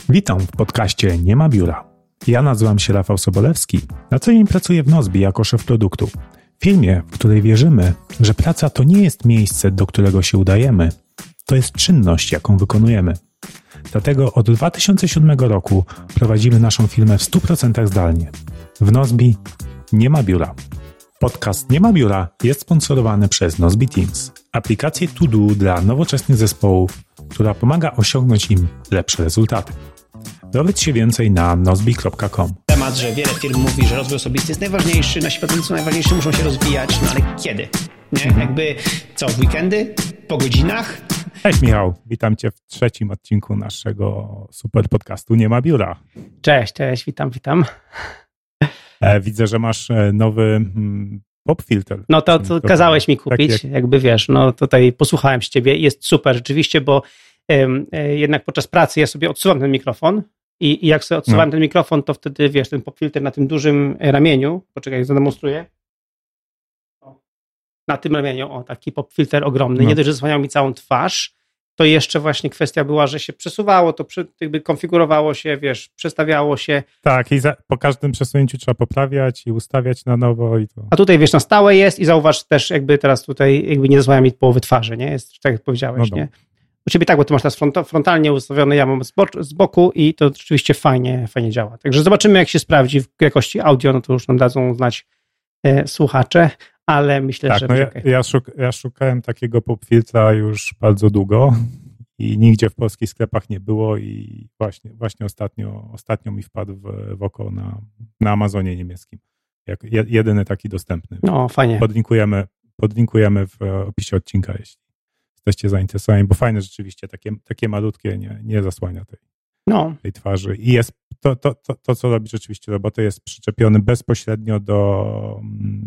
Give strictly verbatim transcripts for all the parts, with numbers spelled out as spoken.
Witam w podcaście Nie ma biura. Ja nazywam się Rafał Sobolewski. Na co dzień pracuję w Nozbi jako szef produktu. Firmie, w której wierzymy, że praca to nie jest miejsce, do którego się udajemy. To jest czynność, jaką wykonujemy. Dlatego od dwa tysiące siódmego roku prowadzimy naszą firmę w stu procentach zdalnie. W Nozbi nie ma biura. Podcast Nie ma biura jest sponsorowany przez Nozbi Teams, aplikację to do dla nowoczesnych zespołów, która pomaga osiągnąć im lepsze rezultaty. Dowiedz się więcej na nozbi kropka com. Temat, że wiele firm mówi, że rozwój osobisty jest najważniejszy, nasi pracownicy są najważniejsi, muszą się rozwijać, no ale kiedy? Nie? Mhm. Jakby co, w weekendy? Po godzinach? Cześć Michał, witam Cię w trzecim odcinku naszego super podcastu Nie ma biura. Cześć, cześć, witam, witam. Widzę, że masz nowy pop filter. No to, to kazałeś mi kupić, tak jak... jakby wiesz, no tutaj posłuchałem się Ciebie i jest super rzeczywiście, bo um, jednak podczas pracy ja sobie odsuwam ten mikrofon i, i jak sobie odsuwam no. ten mikrofon, to wtedy wiesz, ten pop filter na tym dużym ramieniu, poczekaj, zademonstruję. Na tym ramieniu, o taki pop filter ogromny, no. nie dość, że zasłaniał mi całą twarz, to jeszcze właśnie kwestia była, że się przesuwało, to przy, jakby konfigurowało się, wiesz, przestawiało się. Tak, i za, po każdym przesunięciu trzeba poprawiać i ustawiać na nowo. I to. A tutaj, wiesz, na stałe jest i zauważ też jakby teraz tutaj jakby nie zasłania mi połowy twarzy, nie? Jest, tak jak powiedziałeś, no nie? U ciebie tak, bo ty masz teraz front, frontalnie ustawione, ja mam z, bo, z boku i to rzeczywiście fajnie, fajnie działa. Także zobaczymy, jak się sprawdzi w jakości audio, no to już nam dadzą znać e, słuchacze, ale myślę, tak, że... No ja, ja, szuk, ja szukałem takiego pop filtra już bardzo długo i nigdzie w polskich sklepach nie było i właśnie, właśnie ostatnio, ostatnio mi wpadł w, w oko na, na Amazonie niemieckim. Jak jedyny taki dostępny. No, fajnie. Podlinkujemy, podlinkujemy w opisie odcinka, jeśli jesteście zainteresowani, bo fajne rzeczywiście, takie, takie malutkie nie, nie zasłania tej, no. tej twarzy. I jest to, to, to, to, co robi rzeczywiście robotę, jest przyczepiony bezpośrednio do...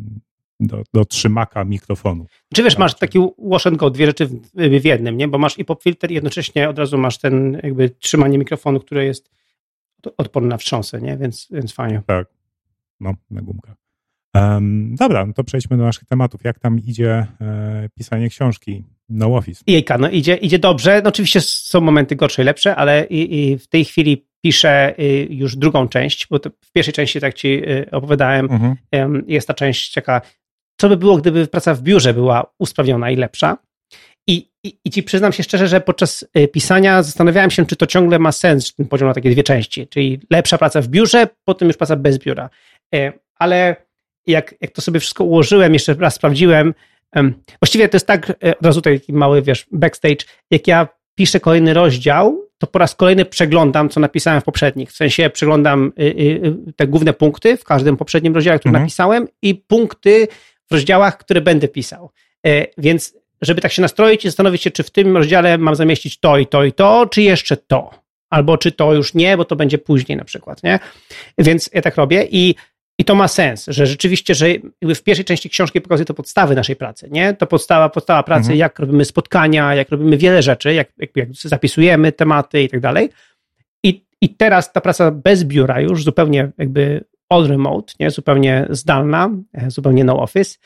Do, do trzymaka mikrofonu. Czy wiesz, masz taki wash and go, dwie rzeczy w, w jednym, nie? Bo masz i pop filter i jednocześnie od razu masz ten jakby trzymanie mikrofonu, które jest odporne na wstrząsy, nie? Więc, więc fajnie. Tak, no, na gumkach. Um, dobra, no to przejdźmy do naszych tematów. Jak tam idzie e, pisanie książki No Office? Jejka, no idzie, idzie dobrze. No oczywiście są momenty gorsze i lepsze, ale i, i w tej chwili piszę już drugą część, bo to w pierwszej części, tak ci opowiadałem, mhm. jest ta część taka, co by było, gdyby praca w biurze była usprawniona i lepsza. I, i, i ci przyznam się szczerze, że podczas pisania zastanawiałem się, czy to ciągle ma sens, ten podział na takie dwie części, czyli lepsza praca w biurze, potem już praca bez biura. Ale jak, jak to sobie wszystko ułożyłem, jeszcze raz sprawdziłem, właściwie to jest tak, od razu taki mały, wiesz, backstage, jak ja piszę kolejny rozdział, to po raz kolejny przeglądam, co napisałem w poprzednich. W sensie przeglądam te główne punkty w każdym poprzednim rozdziale, który mhm. napisałem i punkty w rozdziałach, które będę pisał. Więc żeby tak się nastroić i zastanowić się, czy w tym rozdziale mam zamieścić to i to i to, czy jeszcze to. Albo czy to już nie, bo to będzie później na przykład, nie? Więc ja tak robię i I to ma sens, że rzeczywiście, że w pierwszej części książki pokazuje to podstawy naszej pracy, nie? To podstawa, podstawa pracy, mhm. jak robimy spotkania, jak robimy wiele rzeczy, jak, jak, jak zapisujemy tematy i tak dalej. I, I teraz ta praca bez biura już zupełnie jakby all remote, nie? Zupełnie zdalna, zupełnie no office,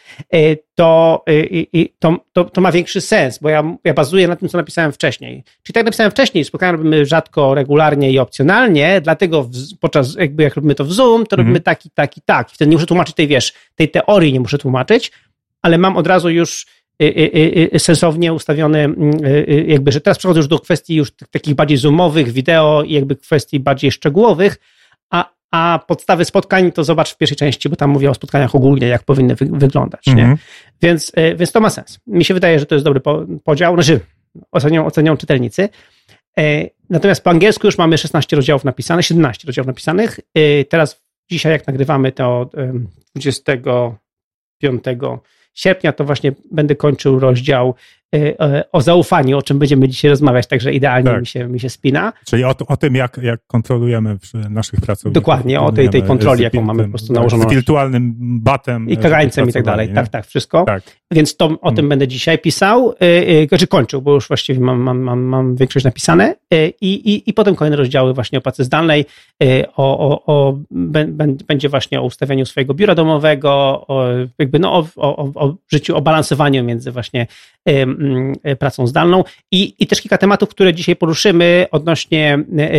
to, i, to, to, to ma większy sens, bo ja, ja bazuję na tym, co napisałem wcześniej. Czyli tak jak napisałem wcześniej, spotkania robimy rzadko, regularnie i opcjonalnie, dlatego w, podczas jakby jak robimy to w Zoom, to mm. robimy tak i tak i tak. Wtedy nie muszę tłumaczyć tej, wiesz, tej teorii nie muszę tłumaczyć, ale mam od razu już y, y, y, sensownie ustawione, y, jakby, że teraz przechodzę już do kwestii już takich bardziej zoomowych, wideo i jakby kwestii bardziej szczegółowych, a A podstawy spotkań to zobacz w pierwszej części, bo tam mówię o spotkaniach ogólnie, jak powinny wy- wyglądać. Mm-hmm. Nie? Więc, więc to ma sens. Mi się wydaje, że to jest dobry po- podział. Znaczy, ocenią, ocenią czytelnicy. Natomiast po angielsku już mamy szesnaście rozdziałów napisanych, siedemnaście rozdziałów napisanych. Teraz, dzisiaj jak nagrywamy to dwudziestego piątego sierpnia, to właśnie będę kończył rozdział o zaufaniu, o czym będziemy dzisiaj rozmawiać, także idealnie tak. mi, się, mi się spina. Czyli o, o tym, jak, jak kontrolujemy naszych pracowników. Dokładnie, o tej, tej kontroli, jaką mamy po prostu nałożoną. Z wirtualnym batem. I kagańcem i tak dalej. Nie? Tak, tak, wszystko. Tak. Więc to, o hmm. tym będę dzisiaj pisał, yy, znaczy kończył, bo już właściwie mam, mam, mam, mam większość napisane yy, i, i potem kolejne rozdziały właśnie o pracy zdalnej, yy, o, o, o, b, b, będzie właśnie o ustawieniu swojego biura domowego, o, jakby no, o, o, o życiu, o balansowaniu między właśnie yy, pracą zdalną i, i też kilka tematów, które dzisiaj poruszymy odnośnie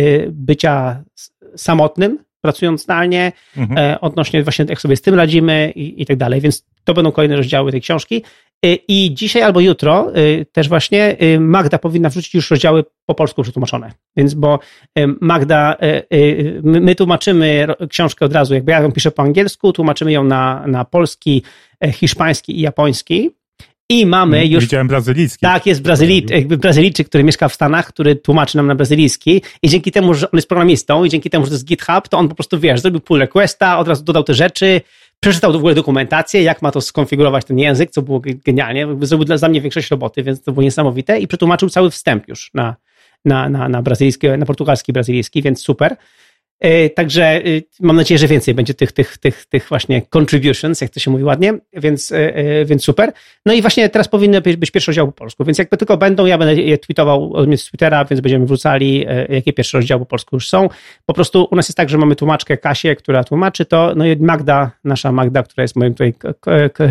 bycia samotnym, pracując zdalnie, mhm. odnośnie właśnie jak sobie z tym radzimy i, i tak dalej, więc to będą kolejne rozdziały tej książki. I dzisiaj albo jutro też właśnie Magda powinna wrzucić już rozdziały po polsku przetłumaczone. Więc bo Magda, my tłumaczymy książkę od razu, jakby ja ją piszę po angielsku, tłumaczymy ją na, na polski, hiszpański i japoński. I mamy już... Widziałem brazylijski. Tak, jest Brazylijczyk, jakby Brazylijczyk, który mieszka w Stanach, który tłumaczy nam na brazylijski i dzięki temu, że on jest programistą i dzięki temu, że to jest GitHub, to on po prostu, wiesz, zrobił pull requesta, od razu dodał te rzeczy, przeczytał w ogóle dokumentację, jak ma to skonfigurować ten język, co było genialnie. Zrobił dla mnie większość roboty, więc to było niesamowite i przetłumaczył cały wstęp już na, na, na, na brazylijski, na portugalski, brazylijski, więc super. Także mam nadzieję, że więcej będzie tych, tych, tych, tych właśnie contributions, jak to się mówi ładnie, więc, więc super. No i właśnie teraz powinny być pierwsze rozdziały po polsku, więc jakby tylko będą, ja będę je tweetował od z Twittera, więc będziemy wrzucali, jakie pierwsze rozdziały po polsku już są. Po prostu u nas jest tak, że mamy tłumaczkę Kasię, która tłumaczy to, no i Magda, nasza Magda, która jest moim tutaj k- k- k-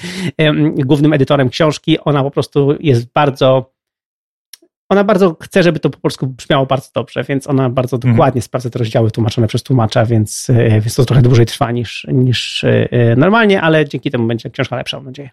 głównym edytorem książki, ona po prostu jest bardzo... Ona bardzo chce, żeby to po polsku brzmiało bardzo dobrze, więc ona bardzo dokładnie sprawdza te rozdziały tłumaczone przez tłumacza, więc, więc to trochę dłużej trwa niż, niż normalnie, ale dzięki temu będzie książka lepsza, mam nadzieję.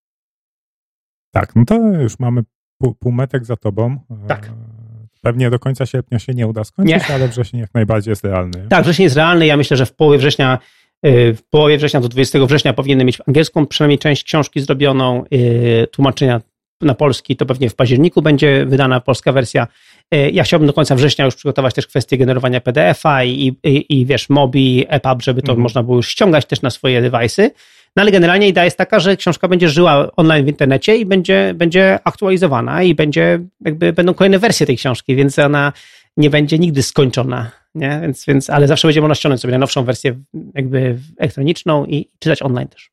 Tak, no to już mamy pół, półmetek za tobą. Tak. Pewnie do końca sierpnia się nie uda skończyć, nie. Ale wrzesień jak najbardziej jest realny. Tak, wrzesień jest realny. Ja myślę, że w połowie września, w połowie września do dwudziestego września powinny mieć angielską przynajmniej część książki zrobioną, tłumaczenia na polski, to pewnie w październiku będzie wydana polska wersja. Ja chciałbym do końca września już przygotować też kwestię generowania P D F a i, i, i wiesz, Mobi, E P U B, żeby to mhm. można było już ściągać też na swoje device'y. No ale generalnie idea jest taka, że książka będzie żyła online w internecie i będzie, będzie aktualizowana i będzie, jakby będą kolejne wersje tej książki, więc ona nie będzie nigdy skończona, nie? Więc, więc, ale zawsze będzie można ściągnąć sobie najnowszą wersję jakby elektroniczną i czytać online też.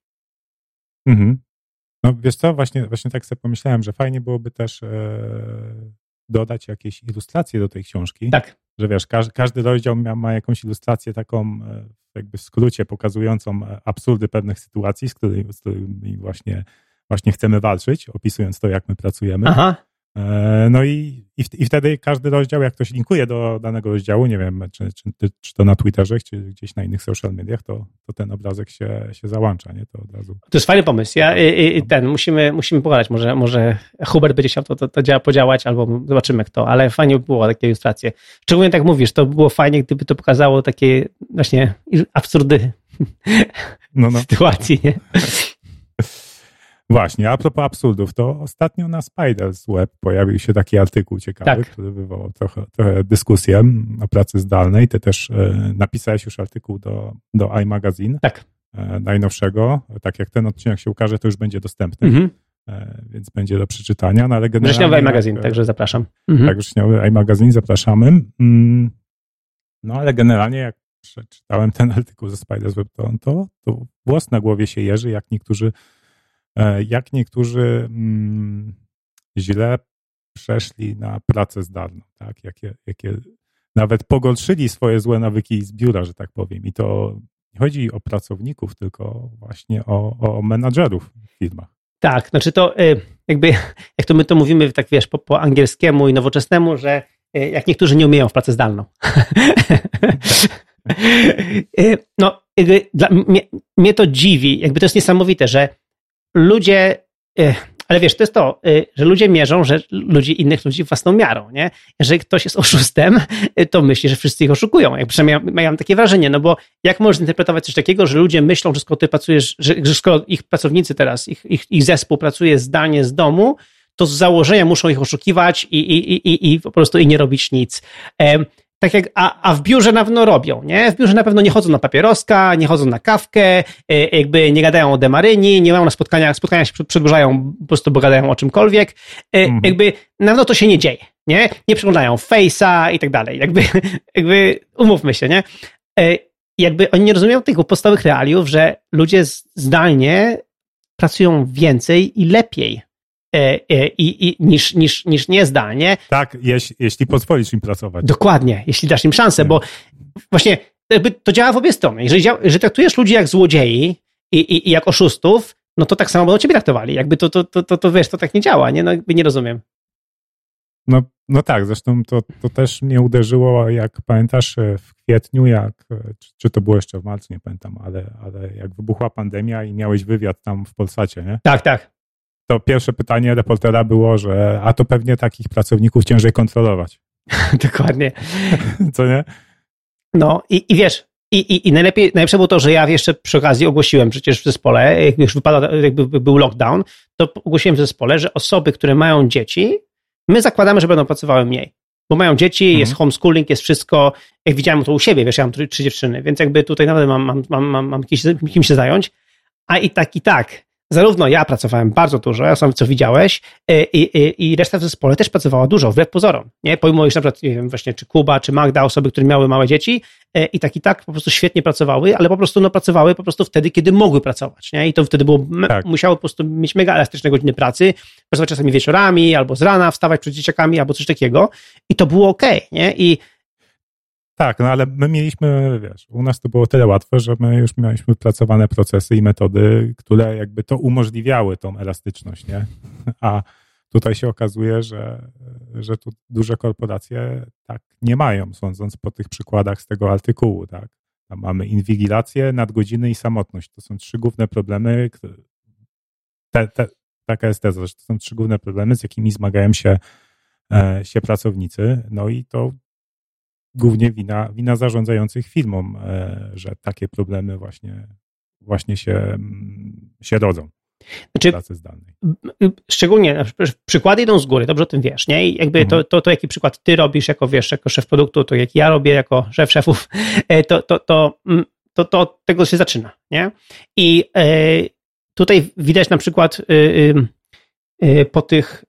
Mhm. No wiesz co, właśnie, właśnie tak sobie pomyślałem, że fajnie byłoby też e, dodać jakieś ilustracje do tej książki. Tak. Że wiesz, każdy, każdy rozdział ma, ma jakąś ilustrację taką e, jakby w skrócie pokazującą absurdy pewnych sytuacji, z którymi, z którymi właśnie, właśnie chcemy walczyć, opisując to, jak my pracujemy. Aha. No i, i, w, i wtedy każdy rozdział, jak ktoś linkuje do danego rozdziału, nie wiem, czy, czy, czy to na Twitterze, czy gdzieś na innych social mediach, to, to ten obrazek się, się załącza, nie? To od razu. To jest fajny pomysł. Ja, i, i ten, musimy, musimy pogadać, może, może Hubert będzie chciał to, to, to działa, podziałać, albo zobaczymy kto, ale fajnie by było takie ilustracje. Szczególnie tak mówisz, to by było fajnie, gdyby to pokazało takie właśnie absurdy no, no. sytuacji, nie? Właśnie, a propos absurdów, to ostatnio na Spider's Web pojawił się taki artykuł ciekawy, tak. który wywołał trochę, trochę dyskusję o pracy zdalnej. Ty też e, napisałeś już artykuł do, do iMagazine, tak. e, najnowszego. Tak jak ten odcinek się ukaże, to już będzie dostępny, mm-hmm. e, więc będzie do przeczytania. No, ale generalnie, wrześniowy iMagazine, jak, także zapraszam. Mm-hmm. Tak, wrześniowy iMagazine, zapraszamy. Mm, no ale generalnie jak przeczytałem ten artykuł ze Spider's Web, to, to, to włos na głowie się jeży, jak niektórzy jak niektórzy mm, źle przeszli na pracę zdalną, tak? Jakie, jakie nawet pogorszyli swoje złe nawyki z biura, że tak powiem. I to nie chodzi o pracowników, tylko właśnie o, o menadżerów w firmach. Tak, znaczy to jakby, jak to my to mówimy tak wiesz, po, po angielskiemu i nowoczesnemu, że jak niektórzy nie umieją w pracę zdalną. No, jakby dla mnie, mnie to dziwi, jakby to jest niesamowite, że ludzie, ale wiesz, to jest to, że ludzie mierzą, że ludzi, innych ludzi własną miarą, nie? Jeżeli ktoś jest oszustem, to myśli, że wszyscy ich oszukują. Jak przynajmniej mają takie wrażenie, no bo jak możesz interpretować coś takiego, że ludzie myślą, że skoro ty pracujesz, że, że skoro ich pracownicy teraz, ich, ich, ich zespół pracuje zdalnie z domu, to z założenia muszą ich oszukiwać i, i, i, i po prostu i nie robić nic. Tak jak, a, a w biurze na pewno robią, nie? W biurze na pewno nie chodzą na papieroska, nie chodzą na kawkę, jakby nie gadają o demaryni, nie mają na spotkaniach, spotkania się przedłużają, po prostu bo gadają o czymkolwiek. Mhm. Jakby na pewno to się nie dzieje, nie? Nie przeglądają Face'a i tak dalej. Jakby, jakby umówmy się, nie? Jakby oni nie rozumieją tych podstawowych realiów, że ludzie zdalnie pracują więcej i lepiej. I, i, niż, niż, niż niezdalnie. Tak, jeśli, jeśli pozwolisz im pracować. Dokładnie, jeśli dasz im szansę, bo właśnie jakby to działa w obie strony. Jeżeli, działa, jeżeli traktujesz ludzi jak złodziei i, i, i jak oszustów, no to tak samo będą ciebie traktowali. Jakby to, to, to, to, to wiesz, to tak nie działa, nie? No jakby nie rozumiem. No, no tak, zresztą to, to też mnie uderzyło, jak pamiętasz, w kwietniu, jak, czy, czy to było jeszcze w marcu, nie pamiętam, ale, ale jak wybuchła pandemia i miałeś wywiad tam w Polsacie, nie? Tak, tak. To pierwsze pytanie reportera było, że a to pewnie takich pracowników ciężej kontrolować. Dokładnie. Co nie? No i, i wiesz, i, i, i najlepiej, najlepsze było to, że ja jeszcze przy okazji ogłosiłem przecież w zespole, jak już wypada, jakby był lockdown, to ogłosiłem w zespole, że osoby, które mają dzieci, my zakładamy, że będą pracowały mniej. Bo mają dzieci, mhm. jest homeschooling, jest wszystko. Jak widziałem to u siebie, wiesz, ja mam trzy, trzy dziewczyny, więc jakby tutaj nawet mam, mam, mam, mam, mam kimś, kim się zająć. A i tak, i tak. Zarówno ja pracowałem bardzo dużo, ja sam co widziałeś, i, i, i reszta w zespole też pracowała dużo, wbrew pozorom. Nie? Pomimo, że na przykład, nie wiem, właśnie, czy Kuba, czy Magda, osoby, które miały małe dzieci, i tak, i tak po prostu świetnie pracowały, ale po prostu no, pracowały po prostu wtedy, kiedy mogły pracować. Nie? I to wtedy było, tak. musiały po prostu mieć mega elastyczne godziny pracy, pracować czasami wieczorami, albo z rana, wstawać przed dzieciakami, albo coś takiego. I to było okej, okay, nie? I tak, no ale my mieliśmy, wiesz, u nas to było tyle łatwe, że my już mieliśmy wypracowane procesy i metody, które jakby to umożliwiały tą elastyczność, nie? A tutaj się okazuje, że, że tu duże korporacje tak nie mają, sądząc po tych przykładach z tego artykułu, tak? Tam mamy inwigilację, nadgodziny i samotność. To są trzy główne problemy, te, te, taka jest teza, że to są trzy główne problemy, z jakimi zmagają się, e, się pracownicy, no i to głównie wina, wina zarządzających firmom, że takie problemy właśnie, właśnie się, się rodzą znaczy, w pracy zdalnej. Szczególnie przykłady idą z góry, dobrze o tym wiesz, nie? I jakby mhm. to, to, to, jaki przykład ty robisz jako, wiesz, jako szef produktu, to jak ja robię jako szef szefów, to, to, to, to, to od tego się zaczyna, nie? I tutaj widać na przykład po tych,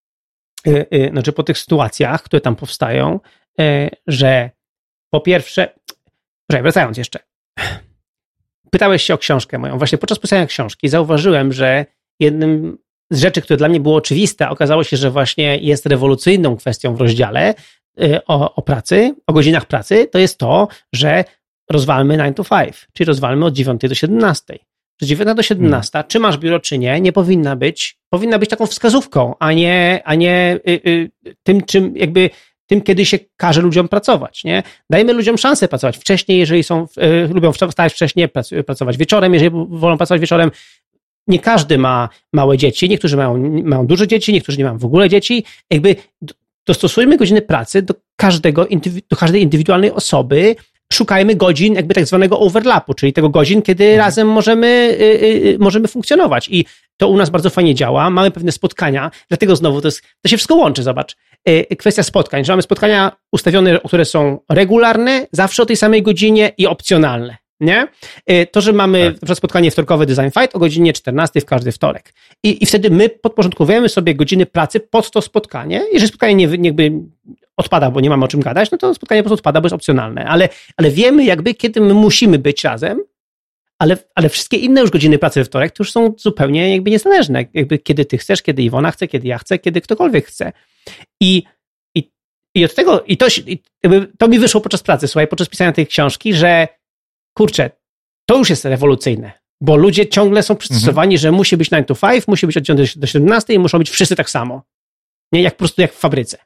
znaczy po tych sytuacjach, które tam powstają, że po pierwsze, proszę, wracając jeszcze, pytałeś się o książkę moją. Właśnie podczas pisania książki zauważyłem, że jednym z rzeczy, które dla mnie było oczywiste, okazało się, że właśnie jest rewolucyjną kwestią w rozdziale o, o pracy, o godzinach pracy, to jest to, że rozwalmy nine to five, czyli rozwalmy od dziewiątej do siedemnastej. Że dziewiąta do siedemnastej, hmm. czy masz biuro, czy nie, nie powinna być, powinna być taką wskazówką, a nie, a nie y, y, tym, czym jakby tym, kiedy się każe ludziom pracować, nie? Dajmy ludziom szansę pracować wcześniej, jeżeli są, y, lubią wstać wcześniej, prac, pracować wieczorem, jeżeli wolą pracować wieczorem. Nie każdy ma małe dzieci, niektórzy mają, mają dużo dzieci, niektórzy nie mają w ogóle dzieci. Jakby dostosujmy godziny pracy do każdego, do każdej indywidualnej osoby, szukajmy godzin jakby tak zwanego overlapu, czyli tego godzin, kiedy mhm. razem możemy, y, y, możemy funkcjonować. I to u nas bardzo fajnie działa. Mamy pewne spotkania, dlatego znowu to, jest, to się wszystko łączy, zobacz. Y, kwestia spotkań, że mamy spotkania ustawione, które są regularne, zawsze o tej samej godzinie i opcjonalne. Nie? Y, to, że mamy tak. na przykład spotkanie wtorkowe Design Fight o godzinie czternastej w każdy wtorek. I, i wtedy my podporządkowujemy sobie godziny pracy pod to spotkanie. Jeżeli spotkanie nie, jakby odpada, bo nie mamy o czym gadać, no to spotkanie po prostu odpada, bo jest opcjonalne. Ale, ale wiemy jakby, kiedy my musimy być razem, ale, ale wszystkie inne już godziny pracy we wtorek to już są zupełnie jakby niezależne. Jakby kiedy ty chcesz, kiedy Iwona chce, kiedy ja chcę, kiedy ktokolwiek chce. I, i, i od tego, i to, i jakby to mi wyszło podczas pracy, słuchaj, podczas pisania tej książki, że kurczę, to już jest rewolucyjne, bo ludzie ciągle są przystosowani, mhm. że musi być nine to five, musi być od dziewiątej do siedemnastej i muszą być wszyscy tak samo. Nie, jak po prostu jak w fabryce.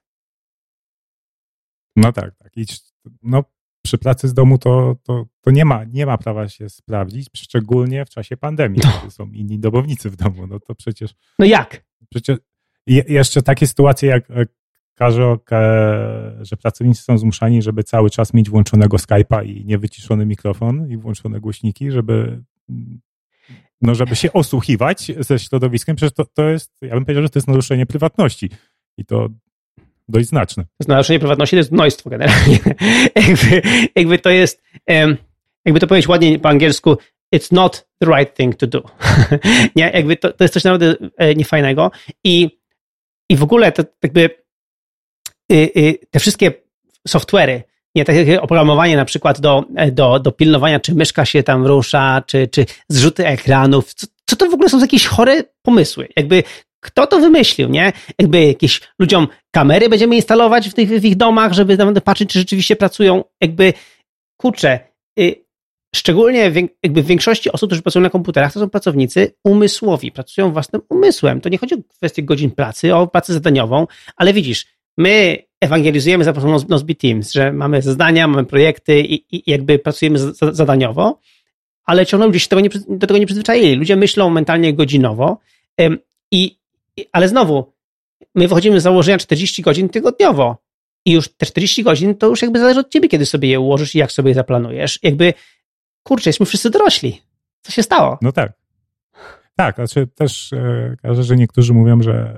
No tak, tak. I no, przy pracy z domu to, to, to nie ma, nie ma prawa się sprawdzić, szczególnie w czasie pandemii, no. kiedy są inni domownicy w domu. No to przecież... No jak? Przecież je, jeszcze takie sytuacje jak każe, że pracownicy są zmuszani, żeby cały czas mieć włączonego Skype'a i niewyciszony mikrofon i włączone głośniki, żeby no żeby się osłuchiwać ze środowiskiem. Przecież to, to jest, ja bym powiedział, że to jest naruszenie prywatności i to dość znaczne. To jest naruszenie prywatności, to jest gnojstwo generalnie. jakby, jakby to jest, jakby to powiedzieć ładnie po angielsku, it's not the right thing to do. nie, jakby to, to jest coś naprawdę niefajnego i, i w ogóle to jakby te wszystkie software'y, nie, takie oprogramowanie na przykład do, do, do pilnowania, czy myszka się tam rusza, czy, czy zrzuty ekranów, co, co to w ogóle są za jakieś chore pomysły? Jakby kto to wymyślił, nie? Jakby jakieś ludziom kamery będziemy instalować w, tych, w ich domach, żeby tam patrzeć, czy rzeczywiście pracują. Jakby, kurczę, szczególnie jakby w większości osób, którzy pracują na komputerach, to są pracownicy umysłowi, pracują własnym umysłem. To nie chodzi o kwestię godzin pracy, o pracę zadaniową, ale widzisz, my ewangelizujemy za pomocą Nozbe Teams, że mamy zadania, mamy projekty i, i jakby pracujemy zadaniowo, ale ciągle ludzie się tego nie, do tego nie przyzwyczaili. Ludzie myślą mentalnie godzinowo, ym, i, ale znowu, my wychodzimy z założenia czterdzieści godzin tygodniowo i już te czterdzieści godzin to już jakby zależy od ciebie, kiedy sobie je ułożysz i jak sobie je zaplanujesz. Jakby, kurczę, jesteśmy wszyscy dorośli. Co się stało? No tak. Tak, znaczy też e, każę, że niektórzy mówią, że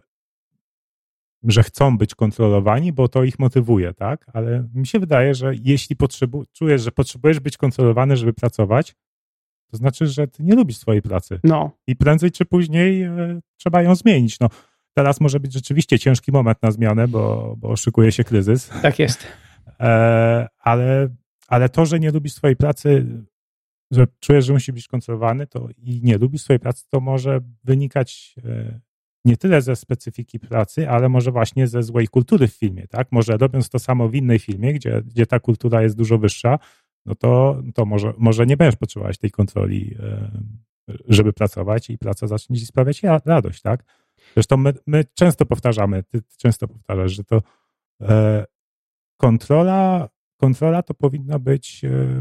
że chcą być kontrolowani, bo to ich motywuje, tak? Ale mi się wydaje, że jeśli potrzebu- czujesz, że potrzebujesz być kontrolowany, żeby pracować, to znaczy, że ty nie lubisz swojej pracy. No. I prędzej czy później e, trzeba ją zmienić. No, teraz może być rzeczywiście ciężki moment na zmianę, bo, bo szykuje się kryzys. Tak jest. E, ale, ale to, że nie lubisz swojej pracy, że czujesz, że musi być kontrolowany to i nie lubisz swojej pracy, to może wynikać e, nie tyle ze specyfiki pracy, ale może właśnie ze złej kultury w filmie, tak? Może robiąc to samo w innej filmie, gdzie, gdzie ta kultura jest dużo wyższa, no to, to może, może nie będziesz potrzebować tej kontroli, żeby pracować i praca zacznie ci sprawiać radość, tak? Zresztą my, my często powtarzamy, ty często powtarzasz, że to e, kontrola, kontrola to powinna być e,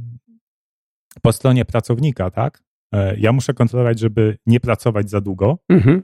po stronie pracownika, tak? E, ja muszę kontrolować, żeby nie pracować za długo, mhm.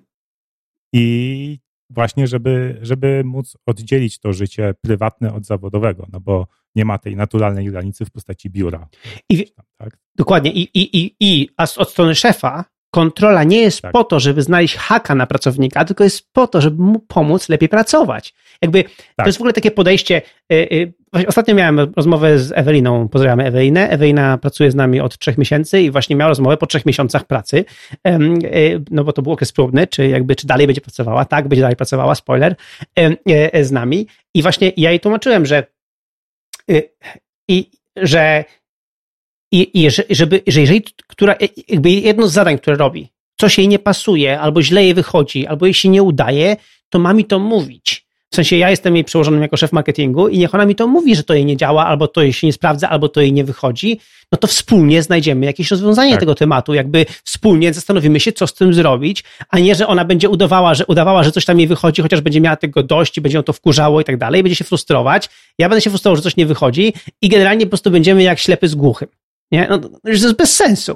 I właśnie, żeby, żeby móc oddzielić to życie prywatne od zawodowego, no bo nie ma tej naturalnej granicy w postaci biura. I, tam, tak? Dokładnie. I, i, i, i a od strony szefa kontrola nie jest tak. po to, żeby znaleźć haka na pracownika, tylko jest po to, żeby mu pomóc lepiej pracować. Jakby tak. To jest w ogóle takie podejście. Yy, yy, ostatnio miałem rozmowę z Eweliną, pozdrawiamy Ewelinę. Ewelina pracuje z nami od trzech miesięcy i właśnie miała rozmowę po trzech miesiącach pracy, yy, yy, no bo to był okres próbny, czy jakby, czy dalej będzie pracowała. Tak, będzie dalej pracowała, spoiler, yy, yy, z nami. I właśnie ja jej tłumaczyłem, że yy, i, że I, i żeby, że jeżeli która, jakby jedno z zadań, które robi, coś jej nie pasuje, albo źle jej wychodzi, albo jej się nie udaje, to ma mi to mówić. W sensie ja jestem jej przełożonym jako szef marketingu i niech ona mi to mówi, że to jej nie działa, albo to jej się nie sprawdza, albo to jej nie wychodzi, no to wspólnie znajdziemy jakieś rozwiązanie tak. tego tematu, jakby wspólnie zastanowimy się, co z tym zrobić, a nie, że ona będzie udawała, że udawała, że coś tam jej wychodzi, chociaż będzie miała tego dość i będzie ją to wkurzało i tak dalej, będzie się frustrować, ja będę się frustrował, że coś nie wychodzi i generalnie po prostu będziemy jak ślepy z głuchym. Nie? No, to jest bez sensu.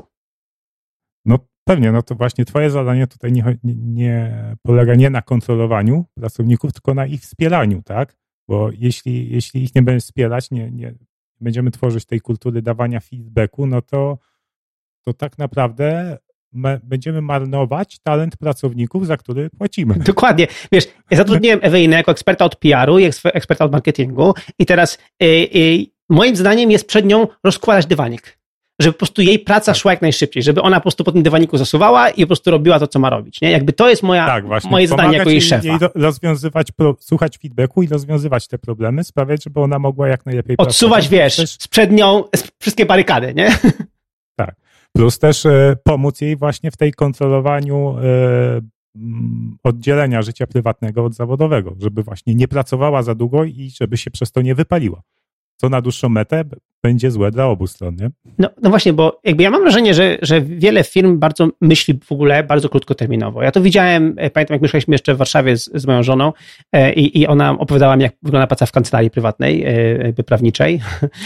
No pewnie, no to właśnie twoje zadanie tutaj nie, nie, nie polega nie na kontrolowaniu pracowników, tylko na ich wspieraniu, tak? Bo jeśli, jeśli ich nie będziemy wspierać, nie, nie będziemy tworzyć tej kultury dawania feedbacku, no to, to tak naprawdę my będziemy marnować talent pracowników, za który płacimy. Dokładnie. Wiesz, ja zatrudniłem Ewelinę jako eksperta od P R u i eksperta od marketingu i teraz yy, yy, moim zdaniem jest przed nią rozkładać dywanik. Żeby po prostu jej praca szła jak najszybciej, żeby ona po prostu po tym dywaniku zasuwała i po prostu robiła to, co ma robić. Nie? Jakby to jest moja, tak, moje zadanie jako jej szefa. Jej rozwiązywać, słuchać feedbacku i rozwiązywać te problemy, sprawiać, żeby ona mogła jak najlepiej odsuwać, pracować. Wiesz, też... przed nią wszystkie barykady, nie? Tak. Plus też e, pomóc jej właśnie w tej kontrolowaniu e, oddzielenia życia prywatnego od zawodowego, żeby właśnie nie pracowała za długo i żeby się przez to nie wypaliła. Co na dłuższą metę będzie złe dla obu stron, nie? No, no właśnie, bo jakby ja mam wrażenie, że, że wiele firm bardzo myśli w ogóle bardzo krótkoterminowo. Ja to widziałem, pamiętam jak mieszkaliśmy jeszcze w Warszawie z, z moją żoną e, i, i ona opowiadała mi, jak wygląda praca w kancelarii prywatnej, e, prawniczej.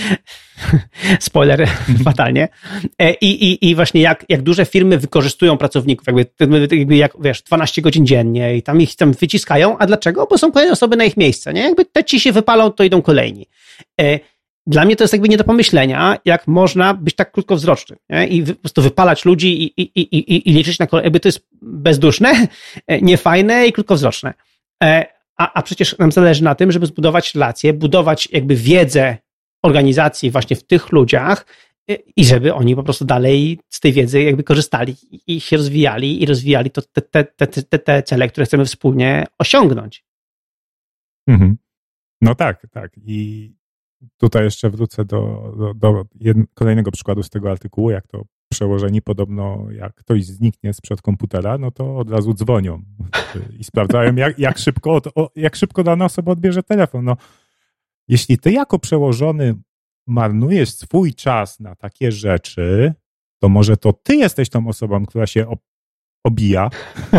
Spoiler, fatalnie. E, i, i, I właśnie jak, jak duże firmy wykorzystują pracowników, jakby, jakby jak, wiesz, dwanaście godzin dziennie i tam ich tam wyciskają, a dlaczego? Bo są kolejne osoby na ich miejsce, nie? Jakby te ci się wypalą, to idą kolejni. E, Dla mnie to jest jakby nie do pomyślenia, jak można być tak krótkowzrocznym, nie? I po prostu wypalać ludzi i, i, i, i liczyć na kolej. Jakby to jest bezduszne, niefajne i krótkowzroczne. A, a przecież nam zależy na tym, żeby zbudować relacje, budować jakby wiedzę organizacji właśnie w tych ludziach i żeby oni po prostu dalej z tej wiedzy jakby korzystali i się rozwijali i rozwijali to, te, te, te, te, te cele, które chcemy wspólnie osiągnąć. Mhm. No tak, tak. I tutaj jeszcze wrócę do, do, do jedno, kolejnego przykładu z tego artykułu, jak to przełożeni podobno, jak ktoś zniknie sprzed komputera, no to od razu dzwonią i sprawdzają, jak, jak, szybko, jak szybko dana osoba odbierze telefon. No, jeśli ty jako przełożony marnujesz swój czas na takie rzeczy, to może to ty jesteś tą osobą, która się obija.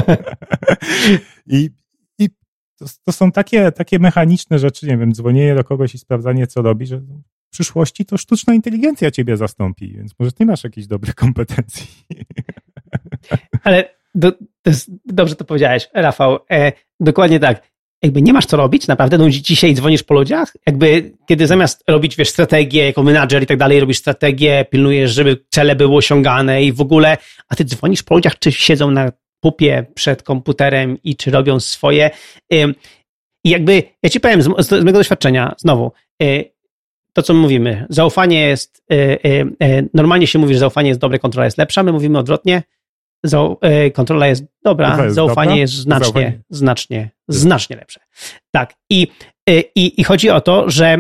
I, i to, to są takie, takie mechaniczne rzeczy, nie wiem, dzwonienie do kogoś i sprawdzanie, co robi, że w przyszłości to sztuczna inteligencja ciebie zastąpi, więc może ty masz jakieś dobre kompetencje. Ale do, to jest, dobrze to powiedziałeś, Rafał. E, dokładnie tak. Jakby nie masz co robić, naprawdę, no dzisiaj dzwonisz po ludziach, jakby kiedy zamiast robić, wiesz, strategię jako menadżer i tak dalej, robisz strategię, pilnujesz, żeby cele były osiągane i w ogóle, a ty dzwonisz po ludziach, czy siedzą na pupie przed komputerem i czy robią swoje. I jakby, ja ci powiem z, z, z mojego doświadczenia, znowu, to co mówimy, zaufanie jest, normalnie się mówi, że zaufanie jest dobre, kontrola jest lepsza, my mówimy odwrotnie, kontrola jest dobra, jest zaufanie dobra? jest znacznie, zaufanie. znacznie, znacznie lepsze. Tak. I, i, I chodzi o to, że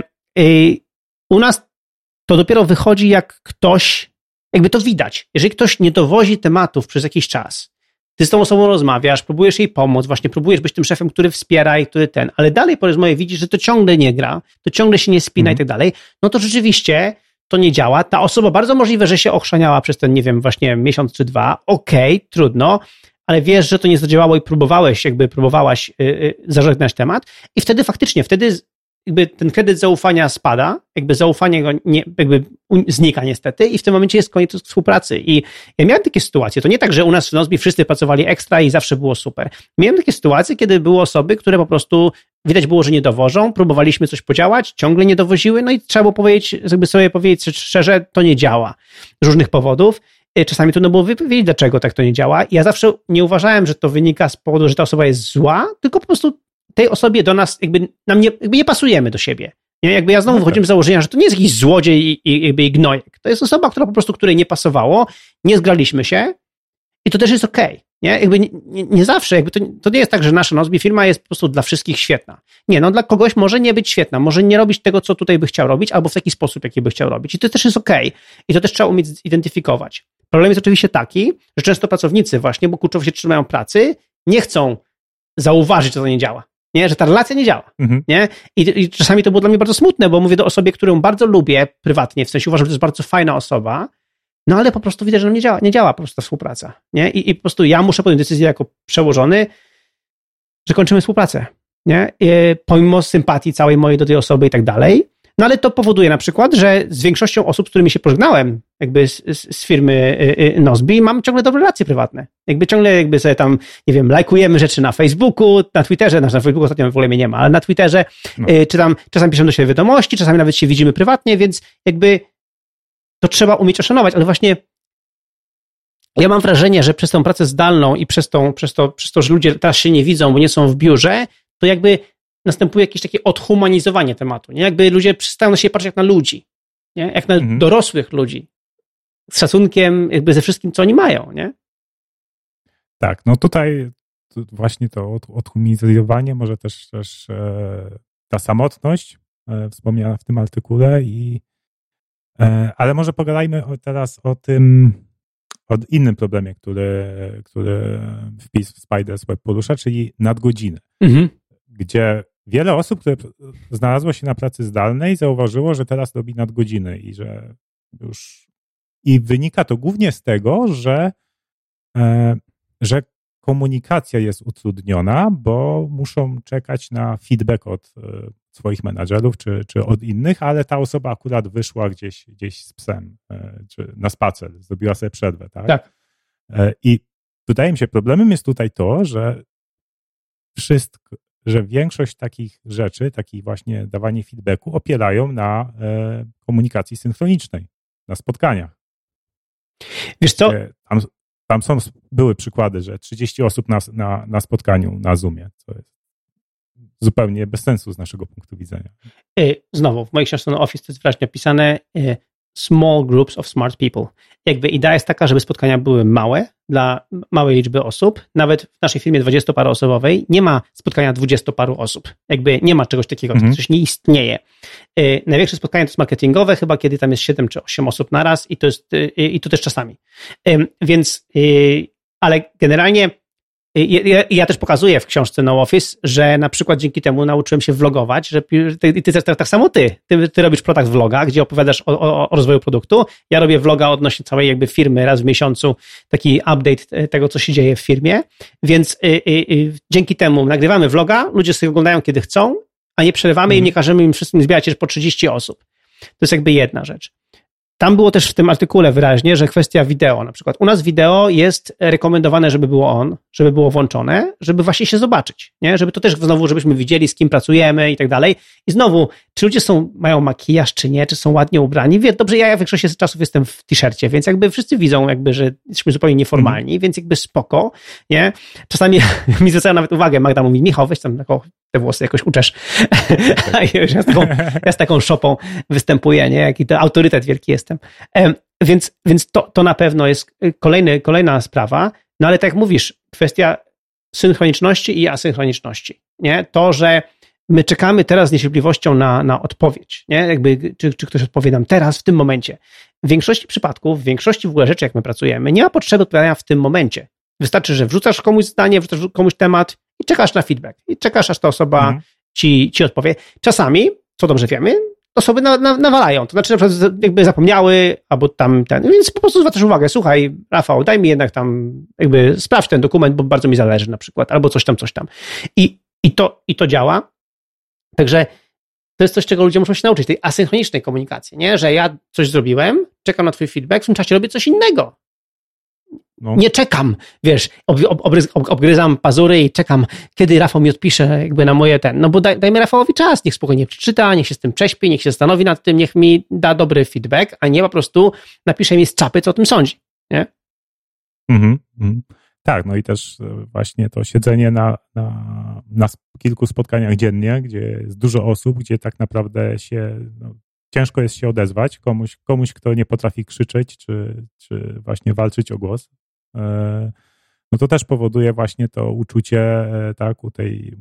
u nas to dopiero wychodzi, jak ktoś, jakby to widać. Jeżeli ktoś nie dowozi tematów przez jakiś czas, ty z tą osobą rozmawiasz, próbujesz jej pomóc, właśnie próbujesz być tym szefem, który wspiera i który ten, ale dalej po rozmowie widzisz, że to ciągle nie gra, to ciągle się nie spina mm. i tak dalej, no to rzeczywiście to nie działa. Ta osoba bardzo możliwe, że się ochrzaniała przez ten, nie wiem, właśnie miesiąc czy dwa. Okej, okay, trudno, ale wiesz, że to nie zadziałało i próbowałeś, jakby próbowałaś yy, yy, zażegnać temat i wtedy faktycznie, wtedy jakby ten kredyt zaufania spada, jakby zaufanie go nie, jakby znika niestety i w tym momencie jest koniec współpracy. I ja miałem takie sytuacje, to nie tak, że u nas w Nozbi wszyscy pracowali ekstra i zawsze było super. Miałem takie sytuacje, kiedy były osoby, które po prostu widać było, że nie dowożą, próbowaliśmy coś podziałać, ciągle nie dowoziły, no i trzeba było powiedzieć, jakby sobie powiedzieć szczerze, to nie działa z różnych powodów. Czasami trudno było wypowiedzieć, dlaczego tak to nie działa. I ja zawsze nie uważałem, że to wynika z powodu, że ta osoba jest zła, tylko po prostu tej osobie do nas, jakby nam nie, jakby nie pasujemy do siebie. Nie? Jakby ja znowu no wychodzimy z założenia, że to nie jest jakiś złodziej i, i, jakby i gnojek. To jest osoba, która po prostu, której nie pasowało, nie zgraliśmy się i to też jest okej. Okay, nie? Jakby nie, nie, nie zawsze, jakby to, to nie jest tak, że nasza Nozbi firma jest po prostu dla wszystkich świetna. Nie, no dla kogoś może nie być świetna, może nie robić tego, co tutaj by chciał robić, albo w taki sposób, jaki by chciał robić. I to też jest okej. Okay. I to też trzeba umieć zidentyfikować. Problem jest oczywiście taki, że często pracownicy właśnie, bo kurczowo się trzymają pracy, nie chcą zauważyć, że to nie działa. Nie, że ta relacja nie działa. Mhm. Nie? I, I czasami to było dla mnie bardzo smutne, bo mówię do osoby, którą bardzo lubię prywatnie, w sensie uważam, że to jest bardzo fajna osoba, no ale po prostu widzę, że nam nie działa, nie działa po prostu ta współpraca. Nie? I, I po prostu ja muszę podjąć decyzję jako przełożony, że kończymy współpracę. Nie? I, pomimo sympatii całej mojej do tej osoby i tak dalej. No ale to powoduje na przykład, że z większością osób, z którymi się pożegnałem jakby z, z, z firmy Nozbi, mam ciągle dobre relacje prywatne. Jakby ciągle jakby sobie tam, nie wiem, lajkujemy rzeczy na Facebooku, na Twitterze, na Facebooku ostatnio w ogóle mnie nie ma, ale na Twitterze, no. czy tam czasami piszemy do siebie wiadomości, czasami nawet się widzimy prywatnie, więc jakby to trzeba umieć oszanować, ale właśnie ja mam wrażenie, że przez tą pracę zdalną i przez, tą, przez, to, przez to, że ludzie teraz się nie widzą, bo nie są w biurze, to jakby następuje jakieś takie odhumanizowanie tematu, nie? Jakby ludzie przestają na siebie patrzeć jak na ludzi, nie? Jak na mhm. dorosłych ludzi, z szacunkiem jakby ze wszystkim, co oni mają, nie? Tak, no tutaj właśnie to odhumanizowanie, może też, też e, ta samotność e, wspomniana w tym artykule, i, e, ale może pogadajmy o, teraz o tym, o innym problemie, który, który wpis w Spiders Web porusza, czyli nadgodziny, mhm. gdzie wiele osób, które znalazło się na pracy zdalnej, zauważyło, że teraz robi nadgodziny i że już i wynika to głównie z tego, że, e, że komunikacja jest utrudniona, bo muszą czekać na feedback od e, swoich menadżerów czy, czy od innych, ale ta osoba akurat wyszła gdzieś, gdzieś z psem e, czy na spacer, zrobiła sobie przerwę, tak? Tak. E, I wydaje mi się, problemem jest tutaj to, że wszystko że większość takich rzeczy, takich właśnie dawanie feedbacku opierają na e, komunikacji synchronicznej, na spotkaniach. Wiesz co? E, tam, tam są, były przykłady, że trzydzieści osób na, na, na spotkaniu na Zoomie, co jest zupełnie bez sensu z naszego punktu widzenia. Znowu, w mojej książce Office to jest wyraźnie opisane, small groups of smart people. Jakby idea jest taka, żeby spotkania były małe, dla małej liczby osób. Nawet w naszej firmie dwudziestoparoosobowej nie ma spotkania dwudziestoparu osób. Jakby nie ma czegoś takiego, mm-hmm. coś nie istnieje. Yy, największe spotkanie to jest marketingowe, chyba kiedy tam jest siedem czy osiem osób naraz i to jest, yy, i to też czasami. Yy, więc, yy, ale generalnie ja, ja też pokazuję w książce No Office, że na przykład dzięki temu nauczyłem się vlogować, że ty, ty, ty tak samo ty. ty. Ty robisz product vloga, gdzie opowiadasz o, o, o rozwoju produktu. Ja robię vloga odnośnie całej jakby firmy raz w miesiącu, taki update tego, co się dzieje w firmie. Więc y, y, y, dzięki temu nagrywamy vloga, ludzie sobie oglądają kiedy chcą, a nie przerywamy im, nie każemy im wszystkim zbierać się po trzydzieści osób. To jest jakby jedna rzecz. Tam było też w tym artykule wyraźnie, że kwestia wideo, na przykład u nas wideo jest rekomendowane, żeby było on, żeby było włączone, żeby właśnie się zobaczyć, nie? Żeby to też znowu, żebyśmy widzieli, z kim pracujemy i tak dalej. I znowu, czy ludzie są, mają makijaż, czy nie, czy są ładnie ubrani. Wie, dobrze, ja w większości czasów jestem w t-shircie, więc jakby wszyscy widzą, jakby, że jesteśmy zupełnie nieformalni, mm. więc jakby spoko, nie? Czasami mi zwracają nawet uwagę, Magda mówi, Michał, weź tam taką, te włosy jakoś uczesz. ja, z taką, ja z taką szopą występuję, nie? Jaki to autorytet wielki jestem. Więc, więc to, to na pewno jest kolejny, kolejna sprawa, no ale tak jak mówisz, kwestia synchroniczności i asynchroniczności, nie? To, że my czekamy teraz z niecierpliwością na, na odpowiedź, nie? Jakby, czy, czy ktoś odpowie nam teraz, w tym momencie. W większości przypadków, w większości w ogóle rzeczy, jak my pracujemy, nie ma potrzeby odpowiadania w tym momencie. Wystarczy, że wrzucasz komuś zdanie, wrzucasz komuś temat i czekasz na feedback. I czekasz, aż ta osoba mhm. ci, ci odpowie. Czasami, co dobrze wiemy, osoby na, na, nawalają. To znaczy na przykład jakby zapomniały, albo tam ten, więc po prostu zwracasz uwagę, słuchaj, Rafał, daj mi jednak tam, jakby sprawdź ten dokument, bo bardzo mi zależy na przykład, albo coś tam, coś tam. I, i, to, i to działa. Także to jest coś, czego ludzie muszą się nauczyć, tej asynchronicznej komunikacji, nie? Że ja coś zrobiłem, czekam na twój feedback, w tym czasie robię coś innego. No. Nie czekam, wiesz, ob, ob, obryz, ob, obgryzam pazury i czekam, kiedy Rafał mi odpisze jakby na moje ten, no bo daj, dajmy Rafałowi czas, niech spokojnie przeczyta, niech się z tym prześpi, niech się zastanowi nad tym, niech mi da dobry feedback, a nie po prostu napisze mi z czapy, co o tym sądzi, nie? Mhm, mhm. Tak, no i też właśnie to siedzenie na, na, na kilku spotkaniach dziennie, gdzie jest dużo osób, gdzie tak naprawdę się, no, ciężko jest się odezwać komuś, komuś, kto nie potrafi krzyczeć, czy, czy właśnie walczyć o głos. No to też powoduje właśnie to uczucie, tak, u tej,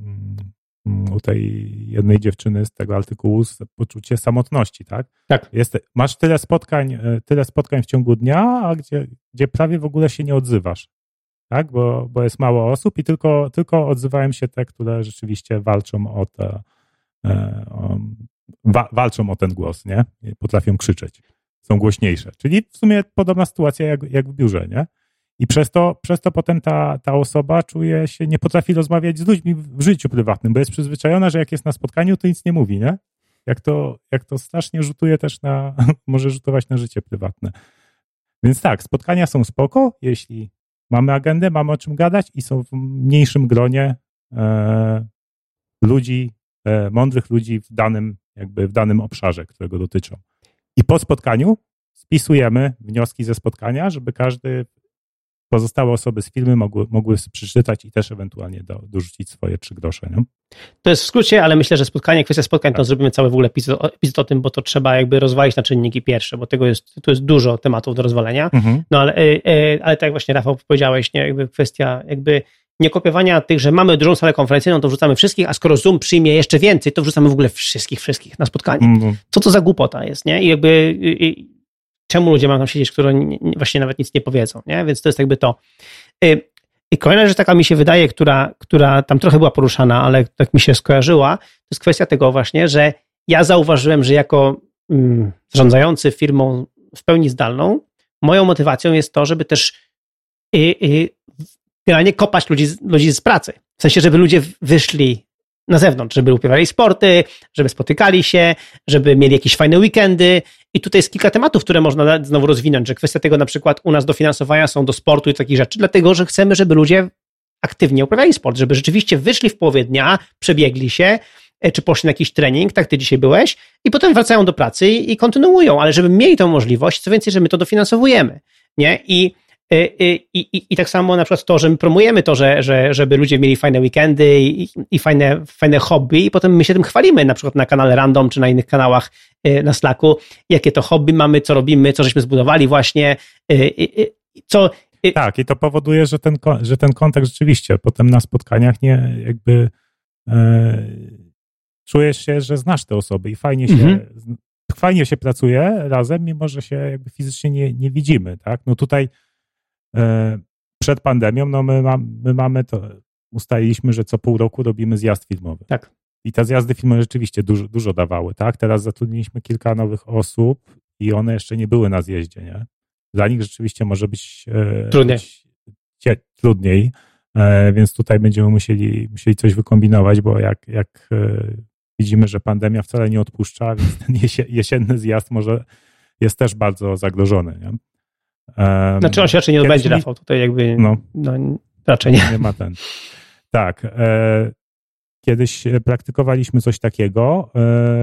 u tej jednej dziewczyny z tego artykułu, poczucie samotności, tak? Tak. Jest, masz tyle spotkań, tyle spotkań w ciągu dnia, a gdzie, gdzie prawie w ogóle się nie odzywasz, tak? Bo, bo jest mało osób i tylko, tylko odzywają się te, które rzeczywiście walczą o te, o, wa, walczą o ten głos, nie? Potrafią krzyczeć, są głośniejsze. Czyli w sumie podobna sytuacja jak, jak w biurze, nie? I przez to, przez to potem ta, ta osoba czuje się, nie potrafi rozmawiać z ludźmi w życiu prywatnym, bo jest przyzwyczajona, że jak jest na spotkaniu, to nic nie mówi, nie? Jak to, jak to strasznie rzutuje też na, może rzutować na życie prywatne. Więc tak, spotkania są spoko, jeśli mamy agendę, mamy o czym gadać i są w mniejszym gronie e, ludzi, e, mądrych ludzi w danym, jakby w danym obszarze, którego dotyczą. I po spotkaniu spisujemy wnioski ze spotkania, żeby każdy pozostałe osoby z firmy mogły, mogły przeczytać i też ewentualnie do, dorzucić swoje trzy grosze. Nie? To jest w skrócie, ale myślę, że spotkanie, kwestia spotkań, tak. To zrobimy cały w ogóle epizod, epizod o tym, bo to trzeba jakby rozwalić na czynniki pierwsze, bo tego jest, tu jest dużo tematów do rozwalenia. Mhm. No ale, ale tak jak właśnie Rafał powiedziałeś, nie, jakby kwestia jakby nie kopiowania tych, że mamy dużą salę konferencyjną, to wrzucamy wszystkich, a skoro Zoom przyjmie jeszcze więcej, to wrzucamy w ogóle wszystkich, wszystkich na spotkanie. Mhm. Co to za głupota jest, nie? I jakby i, czemu ludzie mają tam siedzieć, którzy właśnie nawet nic nie powiedzą, nie? Więc to jest jakby to. I kolejna rzecz taka mi się wydaje, która, która tam trochę była poruszana, ale tak mi się skojarzyła, to jest kwestia tego właśnie, że ja zauważyłem, że jako mm, zarządzający firmą w pełni zdalną, moją motywacją jest to, żeby też y, y, generalnie kopać ludzi, ludzi z pracy. W sensie, żeby ludzie wyszli na zewnątrz, żeby uprawiali sporty, żeby spotykali się, żeby mieli jakieś fajne weekendy. I tutaj jest kilka tematów, które można znowu rozwinąć, że kwestia tego na przykład u nas dofinansowania są do sportu i takich rzeczy, dlatego, że chcemy, żeby ludzie aktywnie uprawiali sport, żeby rzeczywiście wyszli w połowie dnia, przebiegli się, czy poszli na jakiś trening, tak ty dzisiaj byłeś, i potem wracają do pracy i, i kontynuują, ale żeby mieli tą możliwość, co więcej, że my to dofinansowujemy, nie? I I, i, I tak samo na przykład to, że my promujemy to, że, że, żeby ludzie mieli fajne weekendy i, i fajne, fajne hobby i potem my się tym chwalimy na przykład na kanale Random czy na innych kanałach na Slacku, jakie to hobby mamy, co robimy, co żeśmy zbudowali właśnie, co... Tak, i to powoduje, że ten, że ten kontakt rzeczywiście potem na spotkaniach nie jakby e, czujesz się, że znasz te osoby i fajnie się, mhm. fajnie się pracuje razem, mimo że się jakby fizycznie nie, nie widzimy, tak? No tutaj przed pandemią, no my, ma, my mamy to, ustaliliśmy, że co pół roku robimy zjazd filmowy. Tak. I te zjazdy filmowe rzeczywiście dużo, dużo dawały, tak? Teraz zatrudniliśmy kilka nowych osób i one jeszcze nie były na zjeździe, nie? Dla nich rzeczywiście może być e, trudniej. Być, cie, trudniej, e, więc tutaj będziemy musieli, musieli coś wykombinować, bo jak, jak e, widzimy, że pandemia wcale nie odpuszcza, więc ten jesie, jesienny zjazd może jest też bardzo zagrożony, nie? E, znaczy on się raczej nie odbędzie, mi... Rafał, tutaj jakby no, no, raczej nie. Nie ma ten. Tak. E, Kiedyś praktykowaliśmy coś takiego,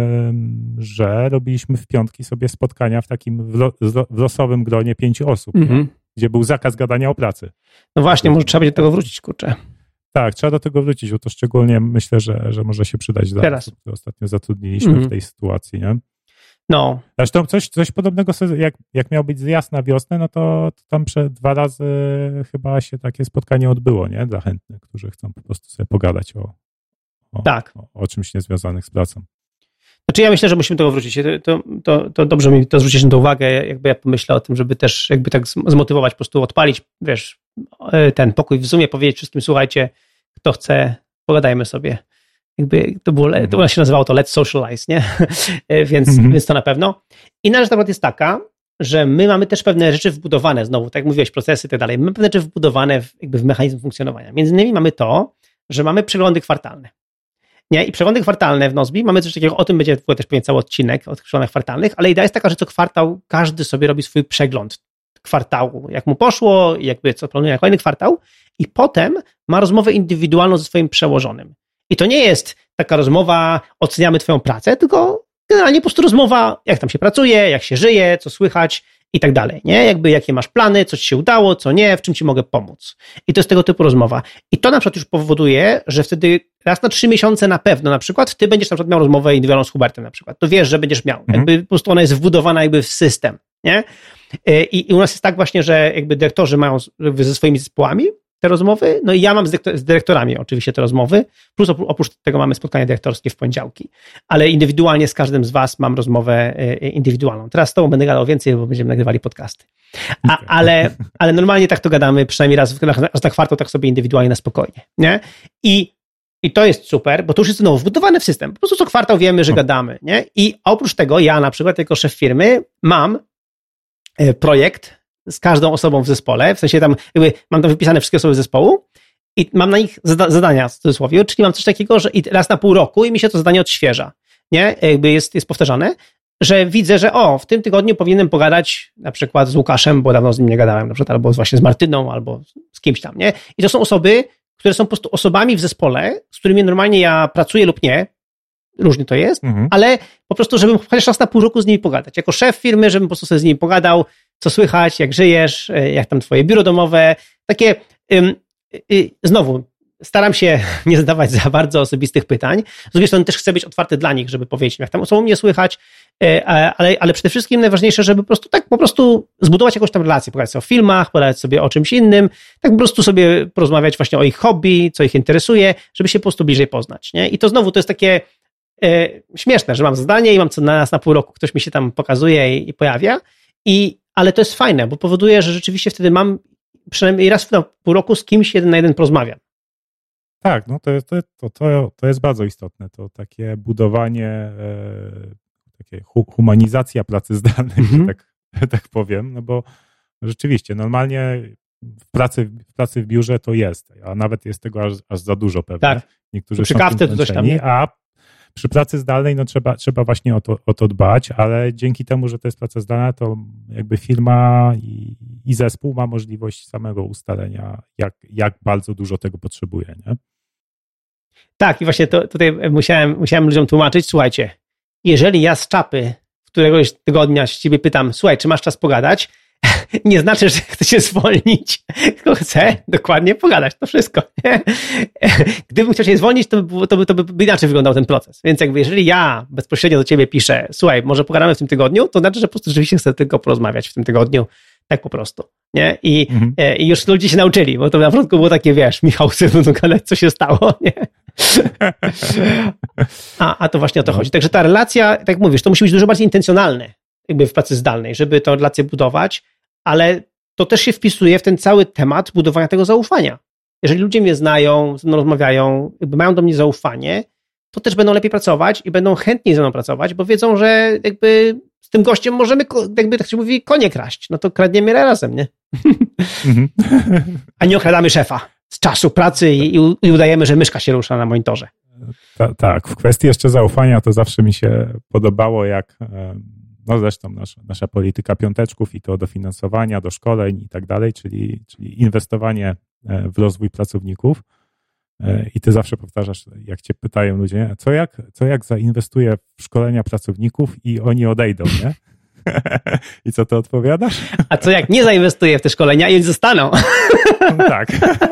że robiliśmy w piątki sobie spotkania w takim w losowym gronie pięciu osób, mm-hmm. gdzie był zakaz gadania o pracy. No właśnie, może trzeba będzie do tego wrócić, kurczę. Tak, trzeba do tego wrócić, bo to szczególnie myślę, że, że może się przydać dla Teraz. osób, które ostatnio zatrudniliśmy mm-hmm. w tej sytuacji, nie? No. Zresztą coś, coś podobnego, jak, jak miał być zjazd na wiosnę, no to, to tam przed dwa razy chyba się takie spotkanie odbyło, nie? Dla chętnych, którzy chcą po prostu sobie pogadać o O, tak. o, o czymś niezwiązanych z pracą. Znaczy ja myślę, że musimy do tego wrócić. To, to, to, to dobrze mi to zwrócić na uwagę, jakby ja pomyślę o tym, żeby też jakby tak zmotywować, po prostu odpalić, wiesz, ten pokój w Zoomie, powiedzieć wszystkim, słuchajcie, kto chce, pogadajmy sobie. Jakby to było, mm-hmm. to się nazywało to Let's Socialize, nie? więc, mm-hmm. więc to na pewno. Inna rzecz na przykład jest taka, że my mamy też pewne rzeczy wbudowane, znowu, tak jak mówiłeś, procesy i tak dalej, mamy pewne rzeczy wbudowane w, jakby w mechanizm funkcjonowania. Między innymi mamy to, że mamy przeglądy kwartalne. Nie? I przeglądy kwartalne w Nozbi, mamy coś takiego, o tym będzie też pewnie cały odcinek o przeglądach kwartalnych, ale idea jest taka, że co kwartał każdy sobie robi swój przegląd kwartału, jak mu poszło, jakby co planuje na kolejny kwartał i potem ma rozmowę indywidualną ze swoim przełożonym. I to nie jest taka rozmowa, oceniamy twoją pracę, tylko generalnie po prostu rozmowa, jak tam się pracuje, jak się żyje, co słychać i tak dalej, nie? Jakby jakie masz plany, co ci się udało, co nie, w czym ci mogę pomóc. I to jest tego typu rozmowa. I to na przykład już powoduje, że wtedy raz na trzy miesiące na pewno na przykład ty będziesz na przykład miał rozmowę indywidualną z Hubertem na przykład. To wiesz, że będziesz miał. Mhm. Jakby po prostu ona jest wbudowana jakby w system, nie? I, I u nas jest tak właśnie, że jakby dyrektorzy mają ze swoimi zespołami te rozmowy, no i ja mam z, dyrektor- z dyrektorami oczywiście te rozmowy, plus oprócz tego mamy spotkania dyrektorskie w poniedziałki, ale indywidualnie z każdym z was mam rozmowę indywidualną. Teraz z tobą będę gadał więcej, bo będziemy nagrywali podcasty. A, ale, ale normalnie tak to gadamy, przynajmniej raz, raz na kwartał tak sobie indywidualnie na spokojnie, nie? I, i to jest super, bo to już jest znowu wbudowane w system. Po prostu co kwartał wiemy, że gadamy, nie? I oprócz tego ja na przykład jako szef firmy mam projekt z każdą osobą w zespole, w sensie tam jakby mam tam wypisane wszystkie osoby zespołu i mam na nich zada- zadania w cudzysłowie, czyli mam coś takiego, że i raz na pół roku i mi się to zadanie odświeża, nie? Jakby jest, jest powtarzane, że widzę, że o, w tym tygodniu powinienem pogadać na przykład z Łukaszem, bo dawno z nim nie gadałem, na przykład albo właśnie z Martyną, albo z kimś tam, nie? I to są osoby, które są po prostu osobami w zespole, z którymi normalnie ja pracuję lub nie, różnie to jest, mhm. ale po prostu, żebym chociaż raz na pół roku z nimi pogadać. Jako szef firmy, żebym po prostu sobie z nimi pogadał, co słychać, jak żyjesz, jak tam twoje biuro domowe. Takie, ym, y, znowu, staram się nie zadawać za bardzo osobistych pytań. Z drugiej strony też chcę być otwarty dla nich, żeby powiedzieć, jak tam osobom mnie słychać, y, ale, ale przede wszystkim najważniejsze, żeby po prostu tak po prostu zbudować jakąś tam relację, pogadać sobie o filmach, pogadać sobie o czymś innym, tak po prostu sobie porozmawiać właśnie o ich hobby, co ich interesuje, żeby się po prostu bliżej poznać, nie? I to znowu to jest takie y, śmieszne, że mam zadanie i mam co na nas na pół roku, ktoś mi się tam pokazuje i, i pojawia, i ale to jest fajne, bo powoduje, że rzeczywiście wtedy mam przynajmniej raz w pół roku z kimś jeden na jeden porozmawiam. Tak, no to, to, to, to, to jest bardzo istotne. To takie budowanie, e, takie humanizacja pracy zdalnej, mm-hmm. tak, tak powiem, no bo rzeczywiście normalnie w pracy, w pracy w biurze to jest, a nawet jest tego aż, aż za dużo pewnie. Tak. Niektórzy przy są kawce to coś tam, nie? A przy pracy zdalnej no trzeba, trzeba właśnie o to, o to dbać, ale dzięki temu, że to jest praca zdalna, to jakby firma i, i zespół ma możliwość samego ustalenia, jak, jak bardzo dużo tego potrzebuje, nie? Tak, i właśnie to, tutaj musiałem, musiałem ludziom tłumaczyć, słuchajcie, jeżeli ja z czapy któregoś tygodnia się ciebie pytam, słuchaj, czy masz czas pogadać, nie znaczy, że chcę się zwolnić, tylko chcę dokładnie pogadać, to wszystko. Gdybym chciał się zwolnić, to by, to, by, to by inaczej wyglądał ten proces. Więc jakby jeżeli ja bezpośrednio do ciebie piszę, słuchaj, może pogadamy w tym tygodniu, to znaczy, że po prostu rzeczywiście chcę tylko porozmawiać w tym tygodniu, tak po prostu. Nie? I, mhm. i już ludzie się nauczyli, bo to na początku było takie, wiesz, Michał, chcę gadać, co się stało, nie? A, a to właśnie o to no. chodzi. Także ta relacja, tak jak mówisz, to musi być dużo bardziej intencjonalne jakby w pracy zdalnej, żeby tę relację budować, ale to też się wpisuje w ten cały temat budowania tego zaufania. Jeżeli ludzie mnie znają, ze mną rozmawiają, jakby mają do mnie zaufanie, to też będą lepiej pracować i będą chętniej ze mną pracować, bo wiedzą, że jakby z tym gościem możemy, jakby tak się mówi, konie kraść. No to kradniemy razem, nie? Mhm. A nie okradamy szefa z czasu pracy i, i udajemy, że myszka się rusza na monitorze. Ta, tak, w kwestii jeszcze zaufania to zawsze mi się podobało, jak no zresztą nasza, nasza polityka piąteczków i to dofinansowania, do szkoleń i tak dalej, czyli, czyli inwestowanie w rozwój pracowników. I ty zawsze powtarzasz, jak cię pytają ludzie, co jak, co jak zainwestuję w szkolenia pracowników i oni odejdą, nie? I co ty odpowiadasz? A co jak nie zainwestuję w te szkolenia i oni zostaną? No tak.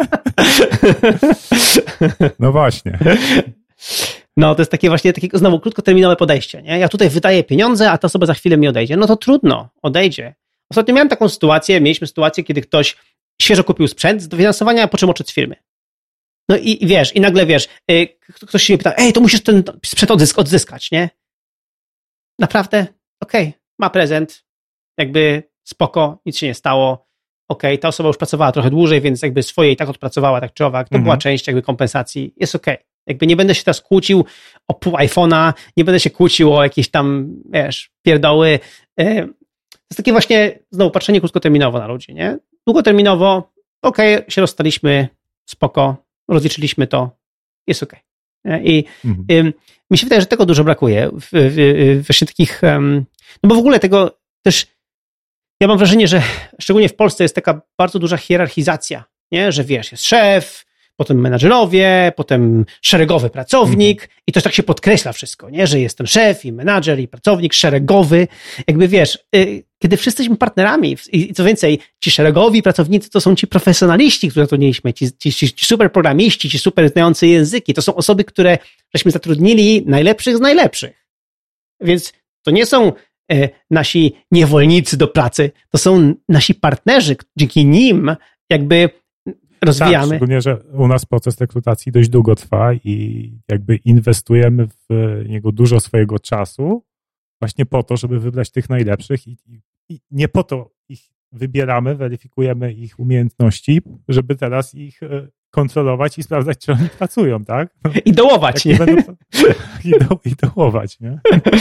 No właśnie. No to jest takie właśnie, takie znowu krótkoterminowe podejście, nie? Ja tutaj wydaję pieniądze, a ta osoba za chwilę mi odejdzie. No to trudno, odejdzie. Ostatnio miałem taką sytuację, mieliśmy sytuację, kiedy ktoś świeżo kupił sprzęt z dofinansowania, a po czym odszedł z firmy. No i, i wiesz, i nagle wiesz, yy, ktoś się mnie pyta, ej, to musisz ten sprzęt odzysk- odzyskać, nie? Naprawdę? Okej, okay, ma prezent, jakby spoko, nic się nie stało, okej, okay, ta osoba już pracowała trochę dłużej, więc jakby swoje i tak odpracowała, tak czy owak, to mhm. była część jakby kompensacji, jest okej. Okay. Jakby nie będę się teraz kłócił o pół iPhone'a, nie będę się kłócił o jakieś tam, wiesz, pierdoły. Yy, to jest takie właśnie, znowu, patrzenie krótkoterminowo na ludzi, nie? Długoterminowo, okej, okay, się rozstaliśmy, spoko, rozliczyliśmy to, jest okej. Okay. I mhm. y, mi się wydaje, że tego dużo brakuje. W, w, w, właśnie takich, um, no bo w ogóle tego też, ja mam wrażenie, że szczególnie w Polsce jest taka bardzo duża hierarchizacja, nie? Że wiesz, jest szef, potem menadżerowie, potem szeregowy pracownik mhm. i to tak się podkreśla wszystko, nie? Że jest ten szef i menadżer i pracownik szeregowy. Jakby wiesz, y, kiedy wszyscy jesteśmy partnerami i co więcej, ci szeregowi pracownicy to są ci profesjonaliści, których zatrudniliśmy, ci, ci, ci, ci super programiści, ci super znający języki. To są osoby, które żeśmy zatrudnili najlepszych z najlepszych. Więc to nie są y, nasi niewolnicy do pracy, to są nasi partnerzy. Dzięki nim jakby rozwijamy. Tak, szczególnie, że u nas proces rekrutacji dość długo trwa i jakby inwestujemy w niego dużo swojego czasu właśnie po to, żeby wybrać tych najlepszych i, i, i nie po to ich wybieramy, weryfikujemy ich umiejętności, żeby teraz ich kontrolować i sprawdzać, czy oni pracują, tak? No, I dołować, nie? Będą, i, do, I dołować, nie?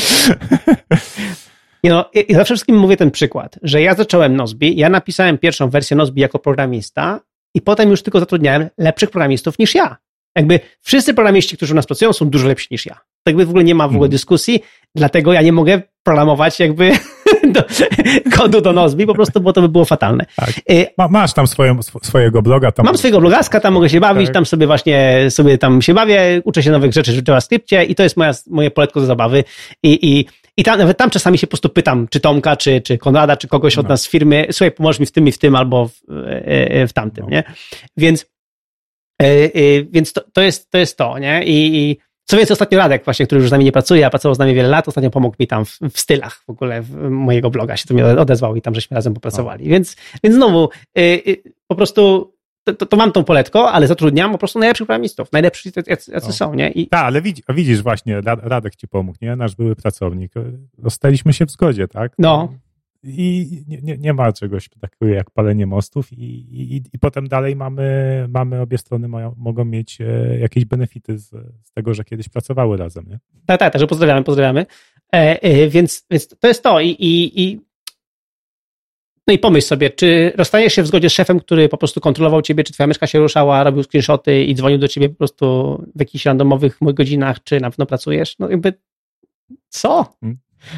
Nie no, ja zawsze wszystkim mówię ten przykład, że ja zacząłem Nozbi, ja napisałem pierwszą wersję Nozbi jako programista i potem już tylko zatrudniałem lepszych programistów niż ja. Jakby wszyscy programiści, którzy u nas pracują, są dużo lepsi niż ja. To jakby w ogóle nie ma w ogóle dyskusji, dlatego ja nie mogę programować jakby do, kodu do Nozbi, po prostu, bo to by było fatalne. Tak. Ma, masz tam swoją, swojego bloga. Tam Mam swojego blogaska, tam mogę się bawić, tak. tam sobie właśnie sobie tam się bawię, uczę się nowych rzeczy w JavaScriptie i to jest moja, moje poletko do zabawy. I, i, i tam, nawet tam czasami się po prostu pytam, czy Tomka, czy, czy Konrada, czy kogoś od no. nas z firmy, słuchaj, pomóż mi w tym i w tym, albo w, w tamtym, no. nie? Więc, więc to, to, jest, to jest to, nie? I, i co więcej, ostatnio Radek właśnie, który już z nami nie pracuje, a pracował z nami wiele lat, ostatnio pomógł mi tam w, w stylach w ogóle w mojego bloga, się to mi odezwał i tam żeśmy razem popracowali. Więc, więc znowu y, y, po prostu to, to, to mam tą poletką, ale zatrudniam po prostu najlepszych programistów, najlepsi jacy, jacy są, nie? I... Tak, ale widzisz, widzisz właśnie, Radek ci pomógł, nie? Nasz były pracownik. Zostaliśmy się w zgodzie, tak? No. I nie, nie, nie ma czegoś takiego jak palenie mostów i, i, i potem dalej mamy, mamy obie strony mają, mogą mieć jakieś benefity z, z tego, że kiedyś pracowały razem, nie? Tak, tak, także pozdrawiamy, pozdrawiamy. E, e, więc, więc to jest to i, i, i no i pomyśl sobie, czy rozstajesz się w zgodzie z szefem, który po prostu kontrolował ciebie, czy twoja myszka się ruszała, robił screenshoty i dzwonił do ciebie po prostu w jakichś randomowych godzinach, czy na pewno pracujesz? No jakby co? Hmm.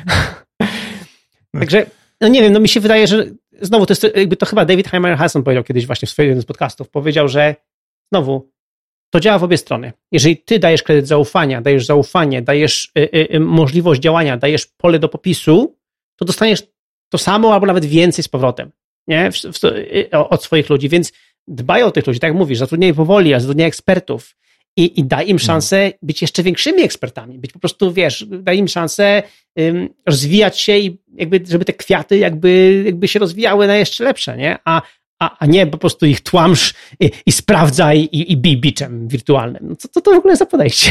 Także no nie wiem, no mi się wydaje, że znowu to jest jakby to chyba David Heimer Hassan powiedział kiedyś właśnie w swoim z podcastów, powiedział, że znowu to działa w obie strony. Jeżeli ty dajesz kredyt zaufania, dajesz zaufanie, dajesz y, y, możliwość działania, dajesz pole do popisu, to dostaniesz to samo albo nawet więcej z powrotem, nie? W, w, y, od swoich ludzi, więc dbaj o tych ludzi, tak jak mówisz, zatrudniaj powoli, a zatrudniaj ekspertów i, i daj im szansę być jeszcze większymi ekspertami, być po prostu, wiesz, daj im szansę um, rozwijać się i jakby, żeby te kwiaty jakby, jakby się rozwijały na jeszcze lepsze, nie? A, a, a nie po prostu ich tłamsz i, i sprawdzaj i, i bij biczem wirtualnym. No co to, to w ogóle jest za podejście?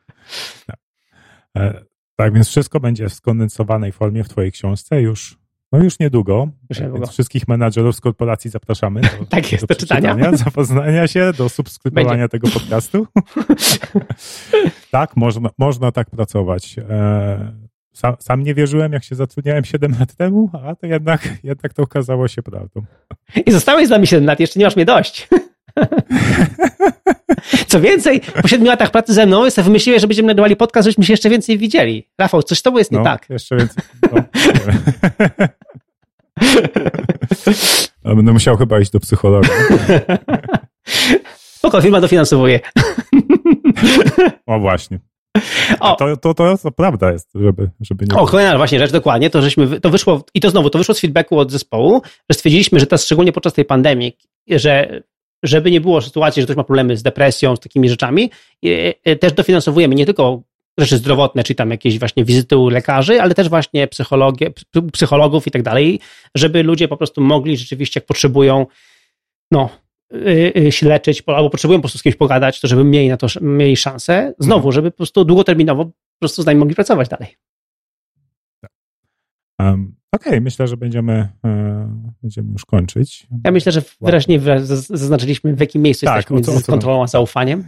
Tak. E, tak, więc wszystko będzie w skondensowanej formie w twojej książce już, No już niedługo. Już niedługo. Więc wszystkich menadżerów z korporacji zapraszamy do, tak jest, do, do czytania. zapoznania się, do subskrybowania tego podcastu. Tak, można, można tak pracować. Sam, sam nie wierzyłem, jak się zatrudniałem siedem lat temu, a to jednak, jednak to okazało się prawdą. I zostałeś z nami siedem lat, jeszcze nie masz mnie dość. Co więcej, po siedmiu latach pracy ze mną sobie wymyśliłeś, że będziemy nagrywali podcast, żebyśmy się jeszcze więcej widzieli. Rafał, coś z tobą jest nie no, tak. Jeszcze więcej. No, będę musiał chyba iść do psychologa. Spoko, firma dofinansowuje. O właśnie. O. To, to, to, to prawda jest, żeby, żeby nie... O, kolejna właśnie rzecz, dokładnie, to żeśmy, to wyszło, i to znowu, to wyszło z feedbacku od zespołu, że stwierdziliśmy, że teraz szczególnie podczas tej pandemii, że żeby nie było sytuacji, że ktoś ma problemy z depresją, z takimi rzeczami, też dofinansowujemy nie tylko rzeczy zdrowotne, czyli tam jakieś właśnie wizyty u lekarzy, ale też właśnie psychologię, psychologów i tak dalej, żeby ludzie po prostu mogli rzeczywiście, jak potrzebują, no, się leczyć, albo potrzebują po prostu z kimś pogadać, to żeby mieli na to mieli szansę, znowu, żeby po prostu długoterminowo po prostu z nami mogli pracować dalej. Um, Okej, okay, myślę, że będziemy, e, będziemy już kończyć. Ja myślę, że wyraźnie zaznaczyliśmy, w jakim miejscu tak, jesteśmy między kontrolą a zaufaniem.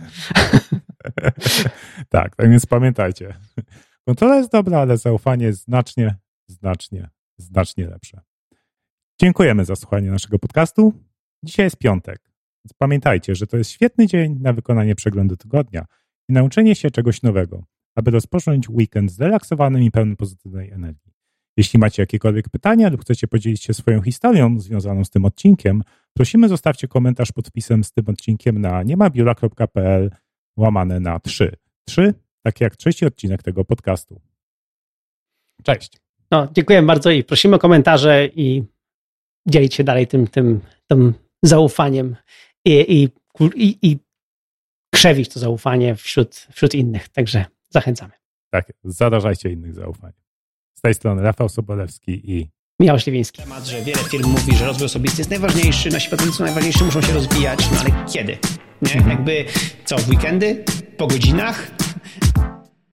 Tak, tak więc pamiętajcie. Kontrola jest dobra, ale zaufanie jest znacznie, znacznie, znacznie lepsze. Dziękujemy za słuchanie naszego podcastu. Dzisiaj jest piątek, więc pamiętajcie, że to jest świetny dzień na wykonanie przeglądu tygodnia i nauczenie się czegoś nowego, aby rozpocząć weekend zrelaksowanym i pełnym pozytywnej energii. Jeśli macie jakiekolwiek pytania lub chcecie podzielić się swoją historią związaną z tym odcinkiem, prosimy zostawcie komentarz pod wpisem z tym odcinkiem na niemabiura kropka p l łamane na trzy. trzy, tak jak trzeci odcinek tego podcastu. Cześć. No, dziękuję bardzo i prosimy o komentarze i dzielić się dalej tym, tym, tym zaufaniem i, i, i, i krzewić to zaufanie wśród, wśród innych. Także zachęcamy. Tak, zarażajcie innych zaufaniem. Z tej strony Rafał Sobolewski i Michał Śliwiński. Temat, że wiele firm mówi, że rozwój osobisty jest najważniejszy, nasi pracownicy najważniejsi muszą się rozwijać, no ale kiedy? Nie? Mhm. Jakby co, w weekendy? Po godzinach?